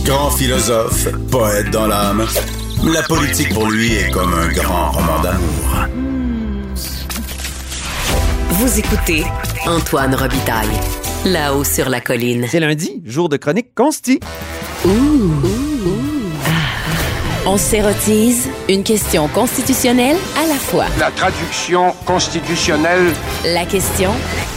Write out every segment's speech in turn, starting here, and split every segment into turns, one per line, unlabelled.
Grand philosophe, poète dans l'âme, la politique pour lui est comme un grand roman d'amour.
Vous écoutez Antoine Robitaille, là-haut sur la colline.
C'est lundi, jour de chronique consti.
On s'érotise une question constitutionnelle à la fois.
La traduction constitutionnelle.
La question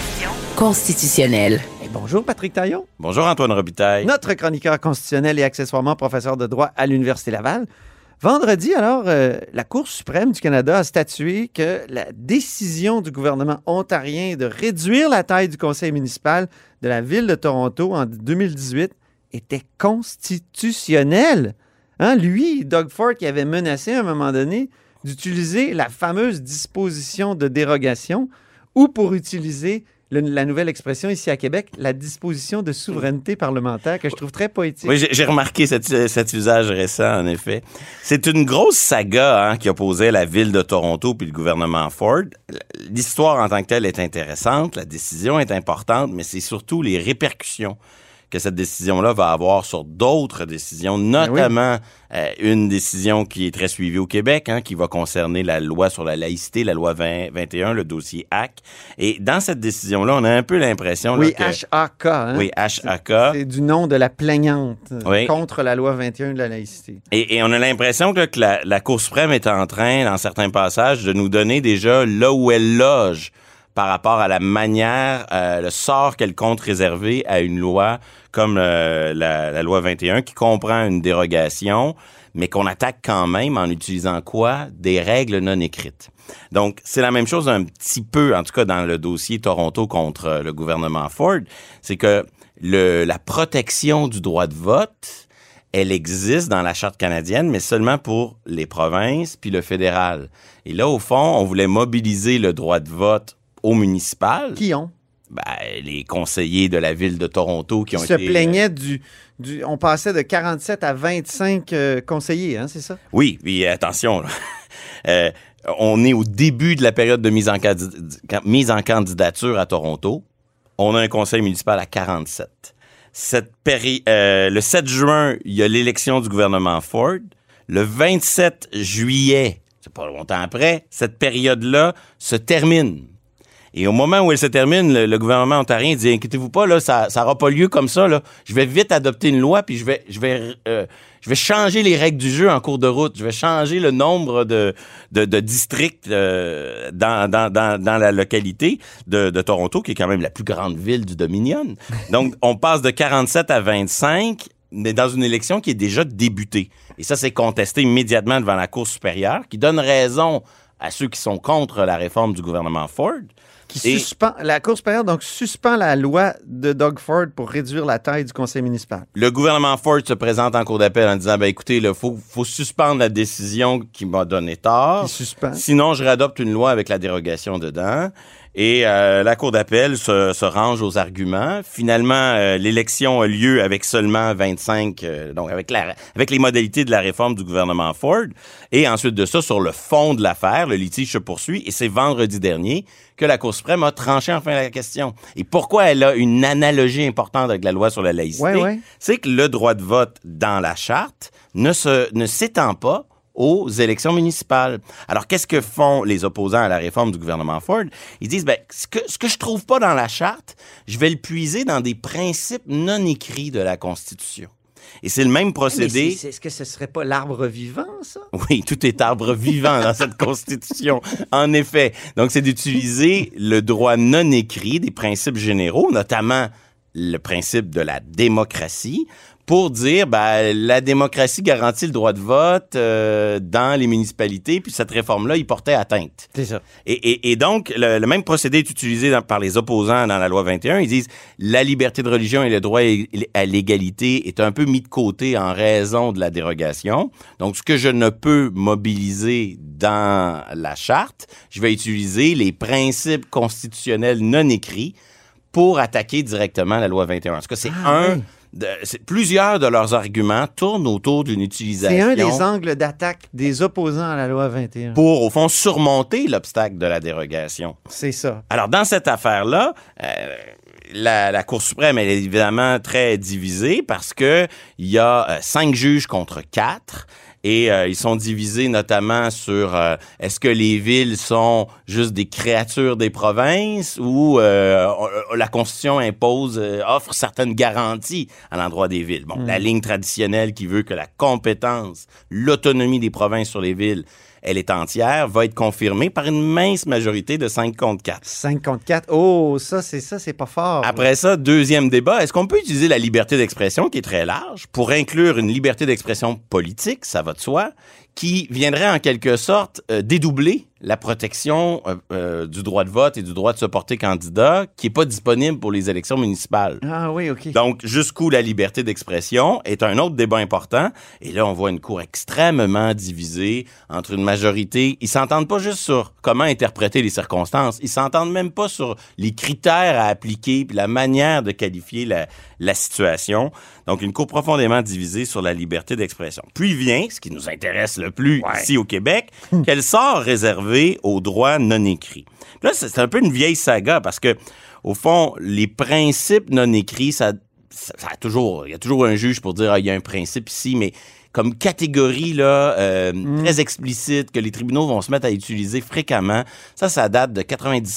constitutionnelle.
Et bonjour Patrick Taillon.
Bonjour Antoine Robitaille.
Notre chroniqueur constitutionnel et accessoirement professeur de droit à l'Université Laval. Vendredi, alors, la Cour suprême du Canada a statué que la décision du gouvernement ontarien de réduire la taille du conseil municipal de la ville de Toronto en 2018 était constitutionnelle. Hein? Lui, Doug Ford, qui avait menacé à un moment donné d'utiliser la fameuse disposition de dérogation ou pour utiliser la nouvelle expression ici à Québec, la disposition de souveraineté parlementaire, que je trouve très poétique.
Oui, j'ai remarqué cet usage récent, en effet. C'est une grosse saga qui opposait la ville de Toronto puis le gouvernement Ford. L'histoire en tant que telle est intéressante, la décision est importante, mais c'est surtout les répercussions que cette décision-là va avoir sur d'autres décisions, notamment une décision qui est très suivie au Québec, qui va concerner la loi sur la laïcité, la loi 2021, le dossier HAC. Et dans cette décision-là, on a un peu l'impression...
Oui,
là, que,
HAK. Hein?
Oui, HAK.
C'est du nom de la plaignante contre la loi 21 de la laïcité.
Et on a l'impression que la Cour suprême est en train, dans certains passages, de nous donner déjà là où elle loge par rapport à la manière, le sort qu'elle compte réserver à une loi comme la loi 21 qui comprend une dérogation, mais qu'on attaque quand même en utilisant quoi? Des règles non écrites. Donc, c'est la même chose un petit peu, en tout cas dans le dossier Toronto contre le gouvernement Ford, c'est que la protection du droit de vote, elle existe dans la Charte canadienne, mais seulement pour les provinces puis le fédéral. Et là, au fond, on voulait mobiliser le droit de vote au municipal.
Qui ont?
Les conseillers de la ville de Toronto qui ont
se plaignaient on passait de 47 à 25 conseillers, c'est ça? Oui,
puis attention, on est au début de la période de mise en candidature à Toronto. On a un conseil municipal à 47. Le 7 juin, il y a l'élection du gouvernement Ford. Le 27 juillet, c'est pas longtemps après, cette période-là se termine. Et au moment où elle se termine, le gouvernement ontarien dit « Inquiétez-vous pas, là, ça n'aura pas lieu comme ça. Là. Je vais vite adopter une loi, puis je vais changer les règles du jeu en cours de route. Je vais changer le nombre de districts dans la localité de Toronto, qui est quand même la plus grande ville du Dominion. Donc, on passe de 47 à 25, mais dans une élection qui est déjà débutée. Et ça, c'est contesté immédiatement devant la Cour supérieure, qui donne raison à ceux qui sont contre la réforme du gouvernement Ford.
La Cour supérieure donc suspend la loi de Doug Ford pour réduire la taille du conseil municipal.
Le gouvernement Ford se présente en cour d'appel en disant écoutez, il faut suspendre la décision qui m'a donné tort. Sinon, je réadopte une loi avec la dérogation dedans. Et la cour d'appel se range aux arguments. Finalement, l'élection a lieu avec seulement 25, donc avec les modalités de la réforme du gouvernement Ford. Et ensuite de ça, sur le fond de l'affaire, le litige se poursuit. Et c'est vendredi dernier que la Cour suprême a tranché enfin la question. Et pourquoi elle a une analogie importante avec la loi sur la laïcité? C'est que le droit de vote dans la charte ne s'étend pas aux élections municipales. Alors, qu'est-ce que font les opposants à la réforme du gouvernement Ford? Ils disent, ce que je trouve pas dans la charte, je vais le puiser dans des principes non écrits de la Constitution. Et c'est le même procédé.
Est-ce que ce serait pas l'arbre vivant, ça?
Oui, tout est arbre vivant dans cette Constitution. En effet. Donc, c'est d'utiliser le droit non écrit des principes généraux, notamment le principe de la démocratie, pour dire la démocratie garantit le droit de vote dans les municipalités, puis cette réforme-là, il portait atteinte.
C'est ça.
Et donc, le même procédé est utilisé par les opposants dans la loi 21. Ils disent la liberté de religion et le droit à l'égalité est un peu mis de côté en raison de la dérogation. Donc, ce que je ne peux mobiliser dans la charte, je vais utiliser les principes constitutionnels non écrits pour attaquer directement la loi 21. En tout cas, c'est plusieurs de leurs arguments tournent autour d'une utilisation...
C'est un des angles d'attaque des opposants à la loi 21.
Pour, au fond, surmonter l'obstacle de la dérogation.
C'est ça.
Alors, dans cette affaire-là, la Cour suprême, elle est évidemment très divisée parce que il y a 5 juges contre 4. Et ils sont divisés notamment sur est-ce que les villes sont juste des créatures des provinces ou la Constitution offre certaines garanties à l'endroit des villes. Bon, la ligne traditionnelle qui veut que la compétence, l'autonomie des provinces sur les villes, elle est entière, va être confirmée par une mince majorité de 5 contre 4.
5 contre 4. Oh, c'est pas fort.
Après ça, deuxième débat, est-ce qu'on peut utiliser la liberté d'expression, qui est très large, pour inclure une liberté d'expression politique, ça va de soi, qui viendrait en quelque sorte dédoubler la protection du droit de vote et du droit de se porter candidat qui n'est pas disponible pour les élections municipales.
Ah oui, OK.
Donc, jusqu'où la liberté d'expression est un autre débat important. Et là, on voit une cour extrêmement divisée entre une majorité. Ils s'entendent pas juste sur comment interpréter les circonstances. Ils s'entendent même pas sur les critères à appliquer puis la manière de qualifier la situation. Donc, une cour profondément divisée sur la liberté d'expression. Puis vient, ce qui nous intéresse le plus ici au Québec, quel sort réservé aux droits non écrits. Là, c'est un peu une vieille saga parce que, au fond, les principes non écrits, il y a toujours un juge pour dire il y a un principe ici, mais comme catégorie là très explicite que les tribunaux vont se mettre à utiliser fréquemment, ça date de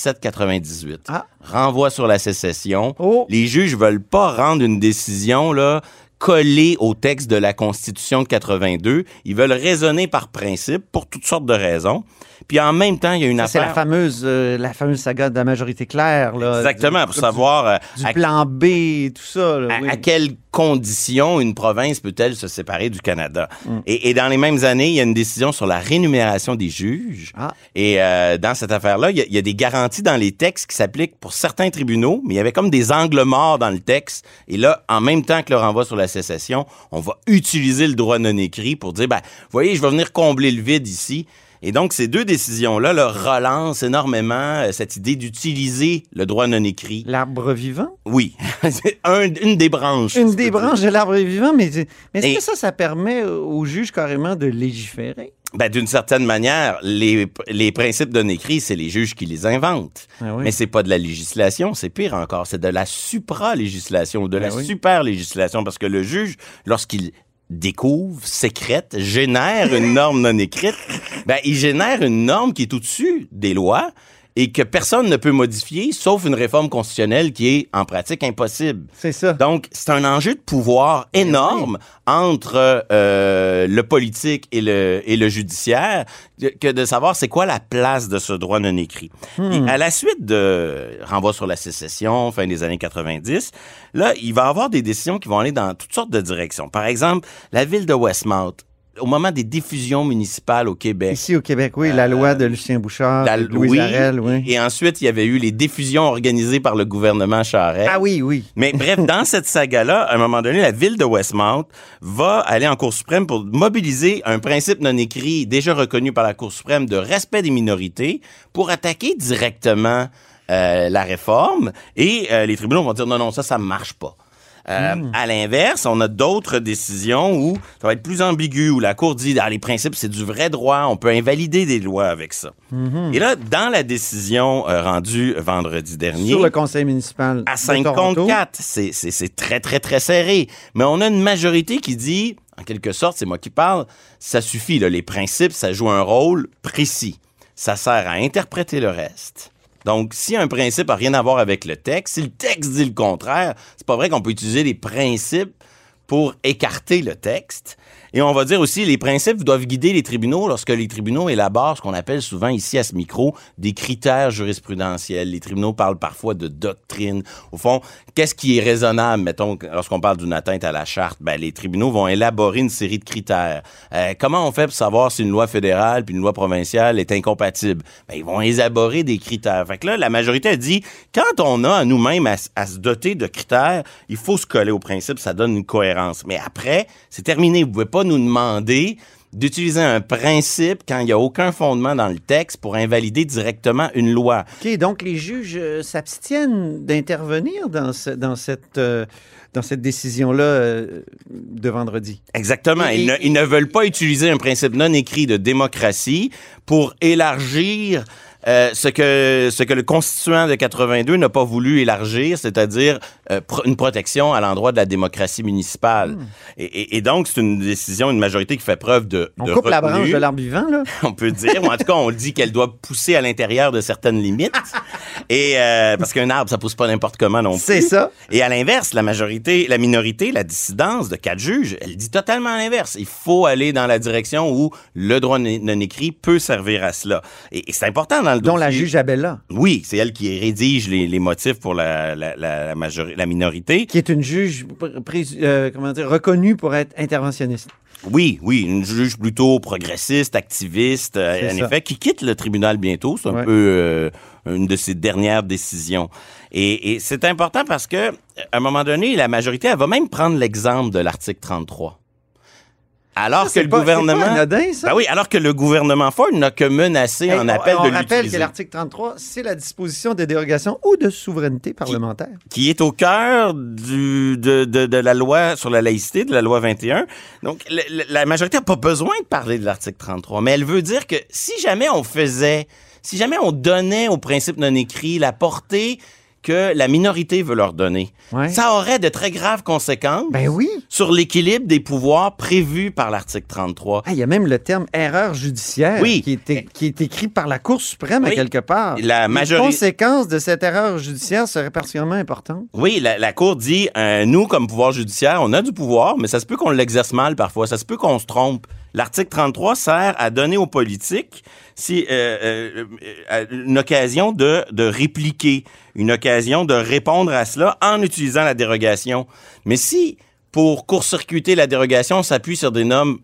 97-98. Renvoi sur la sécession. Les juges veulent pas rendre une décision là collée au texte de la Constitution de 82. Ils veulent raisonner par principe pour toutes sortes de raisons. Puis en même temps, il y a une affaire...
C'est la fameuse saga de la majorité claire. Là,
exactement, pour savoir...
Du plan B, tout ça. Là,
à quelles conditions une province peut-elle se séparer du Canada? Et dans les mêmes années, il y a une décision sur la rémunération des juges. Et dans cette affaire-là, il y a des garanties dans les textes qui s'appliquent pour certains tribunaux, mais il y avait comme des angles morts dans le texte. Et là, en même temps que le renvoi sur la sécession, on va utiliser le droit non écrit pour dire, vous voyez, je vais venir combler le vide ici. Et donc, ces deux décisions-là relancent énormément cette idée d'utiliser le droit non écrit.
L'arbre vivant?
Oui. C'est une des branches.
Une des branches de l'arbre vivant, mais est-ce que ça permet aux juges carrément de légiférer?
D'une certaine manière, les principes non écrits, c'est les juges qui les inventent. Mais c'est pas de la législation, c'est pire encore. C'est de la supra-législation ou de la super-législation. Parce que le juge, lorsqu'il découvre, sécrète, génère une norme non écrite, il génère une norme qui est au-dessus des lois et que personne ne peut modifier, sauf une réforme constitutionnelle qui est, en pratique, impossible.
C'est ça.
Donc, c'est un enjeu de pouvoir énorme entre le politique et le judiciaire que de savoir c'est quoi la place de ce droit non écrit. Et à la suite de renvoi sur la sécession, fin des années 90, là, il va y avoir des décisions qui vont aller dans toutes sortes de directions. Par exemple, la ville de Westmount, au moment des diffusions municipales au Québec.
Ici au Québec, oui, la loi de Lucien Bouchard, de Louise Arel, oui.
Et ensuite, il y avait eu les diffusions organisées par le gouvernement Charest.
Ah oui, oui.
Mais bref, dans cette saga-là, à un moment donné, la ville de Westmount va aller en Cour suprême pour mobiliser un principe non écrit déjà reconnu par la Cour suprême de respect des minorités pour attaquer directement la réforme. Et les tribunaux vont dire non, ça marche pas. À l'inverse, on a d'autres décisions où ça va être plus ambigu, où la Cour dit les principes, c'est du vrai droit, on peut invalider des lois avec ça. Et là, dans la décision rendue vendredi dernier...
Sur le conseil municipal
à 5 contre 4, c'est très, très, très serré. Mais on a une majorité qui dit, en quelque sorte, c'est moi qui parle, ça suffit, là, les principes, ça joue un rôle précis. Ça sert à interpréter le reste. Donc, si un principe n'a rien à voir avec le texte, si le texte dit le contraire, c'est pas vrai qu'on peut utiliser les principes pour écarter le texte. Et on va dire aussi, les principes doivent guider les tribunaux lorsque les tribunaux élaborent ce qu'on appelle souvent ici à ce micro des critères jurisprudentiels. Les tribunaux parlent parfois de doctrine. Au fond, qu'est-ce qui est raisonnable, mettons, lorsqu'on parle d'une atteinte à la charte? Les tribunaux vont élaborer une série de critères. Comment on fait pour savoir si une loi fédérale puis une loi provinciale est incompatible? Ils vont élaborer des critères. Fait que là, la majorité a dit, quand on a à nous-mêmes à se doter de critères, il faut se coller au principe, ça donne une cohérence. Mais après, c'est terminé. Vous pouvez pas nous demander d'utiliser un principe quand il n'y a aucun fondement dans le texte pour invalider directement une loi.
OK, donc les juges s'abstiennent d'intervenir dans cette décision-là de vendredi.
Exactement. Ils ne veulent pas utiliser un principe non écrit de démocratie pour élargir ce que le constituant de 82 n'a pas voulu élargir, c'est-à-dire une protection à l'endroit de la démocratie municipale. Et donc, c'est une décision, une majorité qui fait preuve de
On coupe la branche de l'arbre vivant, là?
On peut dire, ou en tout cas, on dit qu'elle doit pousser à l'intérieur de certaines limites. Et parce qu'un arbre, ça pousse pas n'importe comment non plus.
C'est ça.
Et à l'inverse, la minorité, la dissidence de 4 juges, elle dit totalement l'inverse. Il faut aller dans la direction où le droit non écrit peut servir à cela. Et c'est important dans le dossier.
Dont la juge Abella.
Oui, c'est elle qui rédige les motifs pour la minorité.
Qui est une juge reconnue pour être interventionniste.
Oui, une juge plutôt progressiste, activiste, en effet, qui quitte le tribunal bientôt. C'est un peu une de ses dernières décisions. Et c'est important parce que, à un moment donné, la majorité, elle va même prendre l'exemple de l'article 33. Alors que le gouvernement...
C'est pas anodin, ça?
Ben oui, alors que le gouvernement Ford n'a que menacé en appel de l'utiliser. On rappelle
que l'article 33, c'est la disposition de dérogation ou de souveraineté parlementaire.
Qui est au cœur de la loi sur la laïcité, de la loi 21. Donc, la majorité n'a pas besoin de parler de l'article 33, mais elle veut dire que si jamais on donnait aux principes non écrits la portée que la minorité veut leur donner, ça aurait de très graves conséquences sur l'équilibre des pouvoirs prévus par l'article 33.
Il y a même le terme « erreur judiciaire » qui est écrit par la Cour suprême à quelque part. Les conséquences de cette erreur judiciaire seraient particulièrement importantes.
Oui, la Cour dit nous, comme pouvoir judiciaire, on a du pouvoir, mais ça se peut qu'on l'exerce mal parfois, ça se peut qu'on se trompe. L'article 33 sert à donner aux politiques une occasion de répliquer, une occasion de répondre à cela en utilisant la dérogation. Mais si, pour court-circuiter la dérogation, on s'appuie sur des normes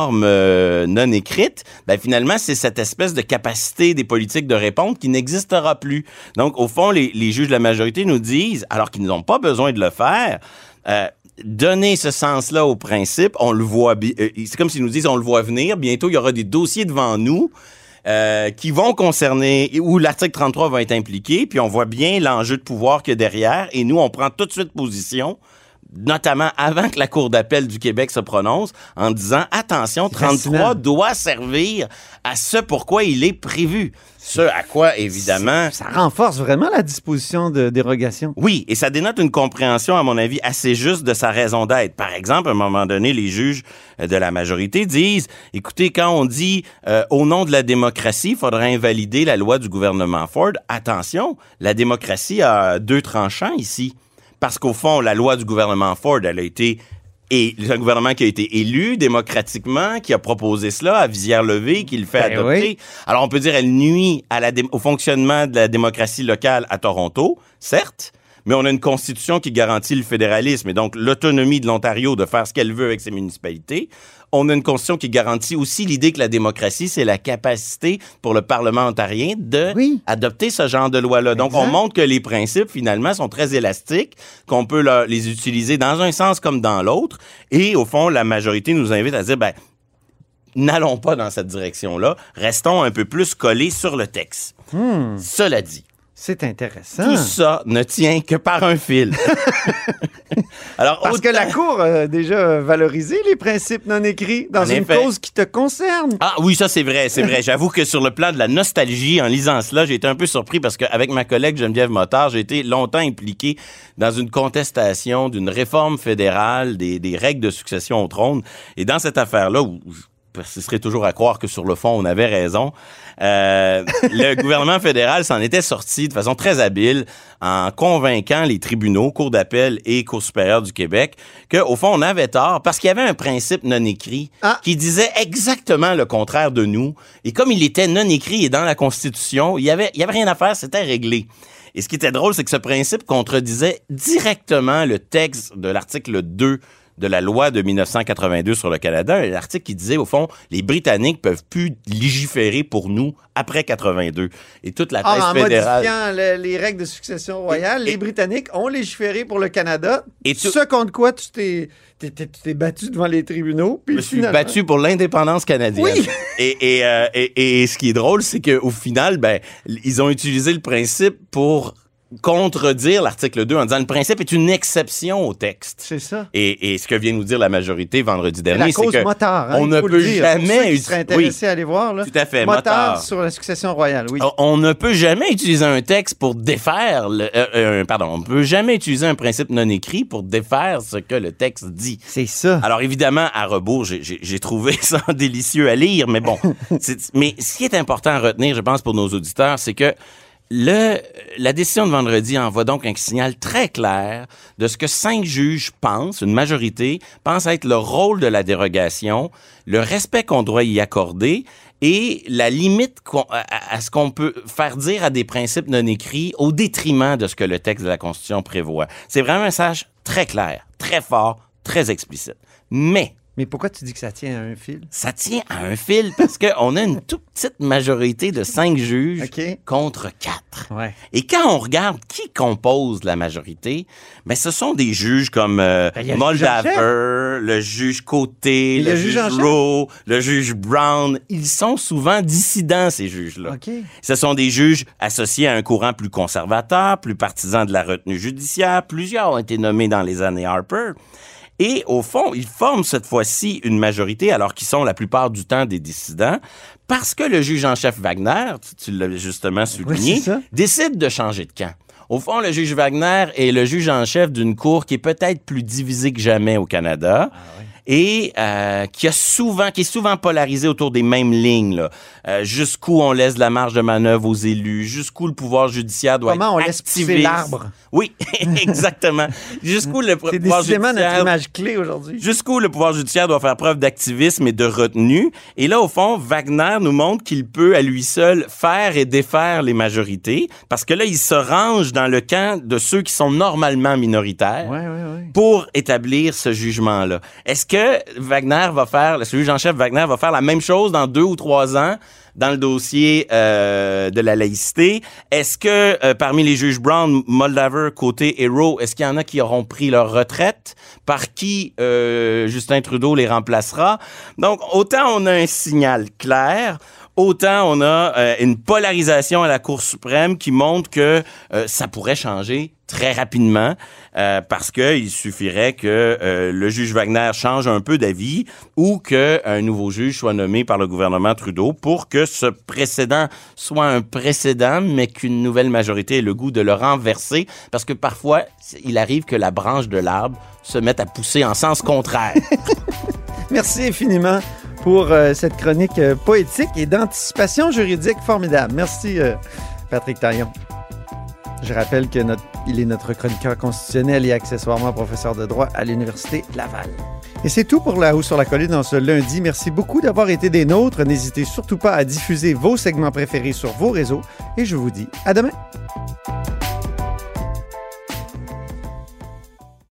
non écrites, ben finalement, c'est cette espèce de capacité des politiques de répondre qui n'existera plus. Donc, au fond, les juges de la majorité nous disent, alors qu'ils n'ont pas besoin de le faire, donner ce sens-là au principe, on le voit, c'est comme s'ils nous disent, on le voit venir. Bientôt, il y aura des dossiers devant nous qui vont concerner, où l'article 33 va être impliqué, puis on voit bien l'enjeu de pouvoir qu'il y a derrière, et nous, on prend tout de suite position, notamment avant que la Cour d'appel du Québec se prononce, en disant, attention, 33 doit servir à ce pourquoi il est prévu. Ce à quoi, évidemment...
Ça renforce vraiment la disposition de dérogation.
Oui, et ça dénote une compréhension, à mon avis, assez juste de sa raison d'être. Par exemple, à un moment donné, les juges de la majorité disent, écoutez, quand on dit au nom de la démocratie, il faudrait invalider la loi du gouvernement Ford, attention, la démocratie a 2 tranchants ici. Parce qu'au fond, la loi du gouvernement Ford, elle a été... Et c'est un gouvernement qui a été élu démocratiquement, qui a proposé cela à visière levée, qui le fait adopter. Oui. Alors, on peut dire elle nuit au fonctionnement de la démocratie locale à Toronto, certes, mais on a une constitution qui garantit le fédéralisme et donc l'autonomie de l'Ontario de faire ce qu'elle veut avec ses municipalités. On a une constitution qui garantit aussi l'idée que la démocratie, c'est la capacité pour le Parlement ontarien de adopter ce genre de loi-là. Donc, on montre que les principes, finalement, sont très élastiques, qu'on peut les utiliser dans un sens comme dans l'autre. Et, au fond, la majorité nous invite à dire, n'allons pas dans cette direction-là. Restons un peu plus collés sur le texte. Cela dit,
c'est intéressant.
Tout ça ne tient que par un fil. Alors,
parce que la Cour a déjà valorisé les principes non écrits dans une cause qui te concerne.
Ah oui, ça c'est vrai, c'est vrai. J'avoue que sur le plan de la nostalgie, en lisant cela, j'ai été un peu surpris parce qu'avec ma collègue Geneviève Motard, j'ai été longtemps impliqué dans une contestation d'une réforme fédérale des règles de succession au trône. Et dans cette affaire-là, où ce serait toujours à croire que sur le fond, on avait raison. Le gouvernement fédéral s'en était sorti de façon très habile en convainquant les tribunaux, Cour d'appel et Cour supérieure du Québec, qu'au fond, on avait tort parce qu'il y avait un principe non écrit qui disait exactement le contraire de nous. Et comme il était non écrit et dans la Constitution, il y avait rien à faire, c'était réglé. Et ce qui était drôle, c'est que ce principe contredisait directement le texte de l'article 2 de la loi de 1982 sur le Canada, l'article qui disait, au fond, les Britanniques peuvent plus légiférer pour nous après 82. Et toute la thèse fédérale...
En modifiant les règles de succession royale, les Britanniques ont légiféré pour le Canada. Et ce contre quoi tu t'es battu devant les tribunaux.
Je me suis battu pour l'indépendance canadienne.
Oui.
Et ce qui est drôle, c'est qu'au final, ils ont utilisé le principe pour contredire l'article 2 en disant le principe est une exception au texte.
C'est ça.
Et ce que vient nous dire la majorité vendredi dernier, c'est que
motard,
on ne peut jamais
utiliser. Intéressé à aller voir là.
Tout à fait.
Motard sur la succession royale. Oui.
On ne peut jamais utiliser un texte pour défaire. On ne peut jamais utiliser un principe non écrit pour défaire ce que le texte dit.
C'est ça.
Alors évidemment, à rebours, j'ai trouvé ça délicieux à lire, mais bon. Mais ce qui est important à retenir, je pense, pour nos auditeurs, c'est que la décision de vendredi envoie donc un signal très clair de ce que 5 juges pensent, une majorité, pense être le rôle de la dérogation, le respect qu'on doit y accorder et la limite à ce qu'on peut faire dire à des principes non écrits au détriment de ce que le texte de la Constitution prévoit. C'est vraiment un message très clair, très fort, très explicite. Mais
pourquoi tu dis que ça tient à un fil? Ça
tient à un fil parce qu'on a une toute petite majorité de 5 juges contre 4.
Ouais.
Et quand on regarde qui compose la majorité, ce sont des juges comme Moldaver, le juge Côté, le juge Rowe, le juge Brown. Ils sont souvent dissidents, ces juges-là.
Okay.
Ce sont des juges associés à un courant plus conservateur, plus partisan de la retenue judiciaire. Plusieurs ont été nommés dans les années Harper. Et au fond, ils forment cette fois-ci une majorité, alors qu'ils sont la plupart du temps des dissidents, parce que le juge en chef Wagner, tu l'as justement souligné, décide de changer de camp. Au fond, le juge Wagner est le juge en chef d'une cour qui est peut-être plus divisée que jamais au Canada. Ah oui. Et qui est souvent polarisé autour des mêmes lignes. Là. Jusqu'où on laisse de la marge de manœuvre aux élus, jusqu'où le pouvoir judiciaire doit être activiste.
Comment on laisse pousser l'arbre?
Oui, exactement. Jusqu'où le pouvoir judiciaire...
C'est décidément notre image clé aujourd'hui.
Jusqu'où le pouvoir judiciaire doit faire preuve d'activisme et de retenue. Et là, au fond, Wagner nous montre qu'il peut, à lui seul, faire et défaire les majorités, parce que là, il se range dans le camp de ceux qui sont normalement minoritaires pour établir ce jugement-là. Est-ce que le juge en chef Wagner va faire la même chose dans 2 ou 3 ans dans le dossier de la laïcité? Est-ce que parmi les juges Brown, Moldaver, Côté et Rowe, est-ce qu'il y en a qui auront pris leur retraite? Par qui Justin Trudeau les remplacera? Donc, autant on a un signal clair, autant on a une polarisation à la Cour suprême qui montre que ça pourrait changer très rapidement parce qu'il suffirait que le juge Wagner change un peu d'avis ou qu'un nouveau juge soit nommé par le gouvernement Trudeau pour que ce précédent soit un précédent, mais qu'une nouvelle majorité ait le goût de le renverser parce que parfois, il arrive que la branche de l'arbre se mette à pousser en sens contraire.
Merci infiniment pour cette chronique poétique et d'anticipation juridique formidable. Merci, Patrick Taillon. Je rappelle qu'il est notre chroniqueur constitutionnel et accessoirement professeur de droit à l'Université Laval. Et c'est tout pour La Haut sur la Colline en ce lundi. Merci beaucoup d'avoir été des nôtres. N'hésitez surtout pas à diffuser vos segments préférés sur vos réseaux et je vous dis à demain.